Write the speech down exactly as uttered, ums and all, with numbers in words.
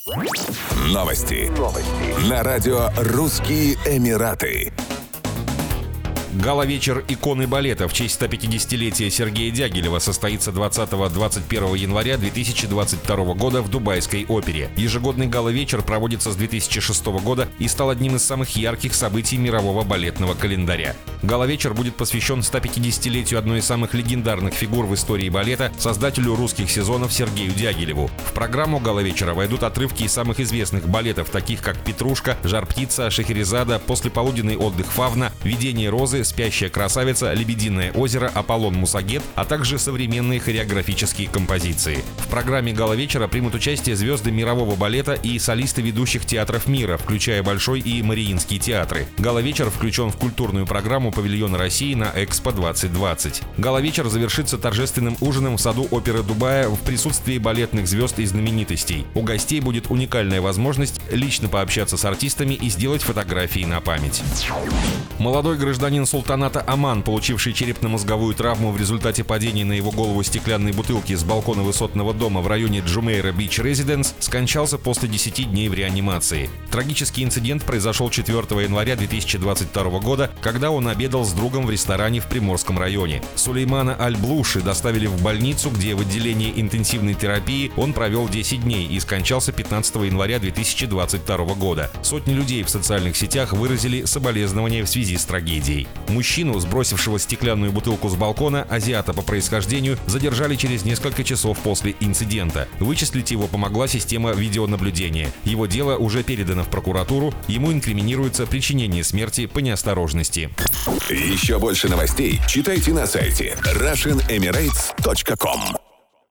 Новости. Новости. На радио «Русские Эмираты». Гала-вечер иконы балета в честь сто пятидесятилетия Сергея Дягилева состоится двадцатого — двадцать первого января две тысячи двадцать второго года в Дубайской опере. Ежегодный гала-вечер проводится с две тысячи шестого года и стал одним из самых ярких событий мирового балетного календаря. Гала-вечер будет посвящен сто пятидесятилетию одной из самых легендарных фигур в истории балета, создателю русских сезонов Сергею Дягилеву. В программу гала-вечера войдут отрывки из самых известных балетов, таких как «Петрушка», «Жар-птица», «Шахерезада», «Послеполуденный отдых Фавна», «Видение розы», «Спящая красавица», «Лебединое озеро», «Аполлон Мусагет», а также современные хореографические композиции. В программе гала-вечера примут участие звезды мирового балета и солисты ведущих театров мира, включая Большой и Мариинский театры. Гала-вечер включен в культурную программу павильона России на Экспо двадцать двадцать. Гала-вечер завершится торжественным ужином в саду оперы Дубая в присутствии балетных звезд и знаменитостей. У гостей будет уникальная возможность лично пообщаться с артистами и сделать фотографии на память. Молодой гражданин султаната Оман, получивший черепно-мозговую травму в результате падения на его голову стеклянной бутылки с балкона высотного дома в районе Джумейра Бич Резиденс, скончался после десяти дней в реанимации. Трагический инцидент произошел четвёртого января две тысячи двадцать второго года, когда он обедал с другом в ресторане в Приморском районе. Сулеймана Аль-Блуши доставили в больницу, где в отделении интенсивной терапии он провел десять дней и скончался пятнадцатого января две тысячи двадцать второго года. Сотни людей в социальных сетях выразили соболезнования в связи с трагедией. Мужчину, сбросившего стеклянную бутылку с балкона, азиата по происхождению, задержали через несколько часов после инцидента. Вычислить его помогла система видеонаблюдения. Его дело уже передано в прокуратуру, ему инкриминируется причинение смерти по неосторожности. Еще больше новостей читайте на сайте Russian Emirates точка ком.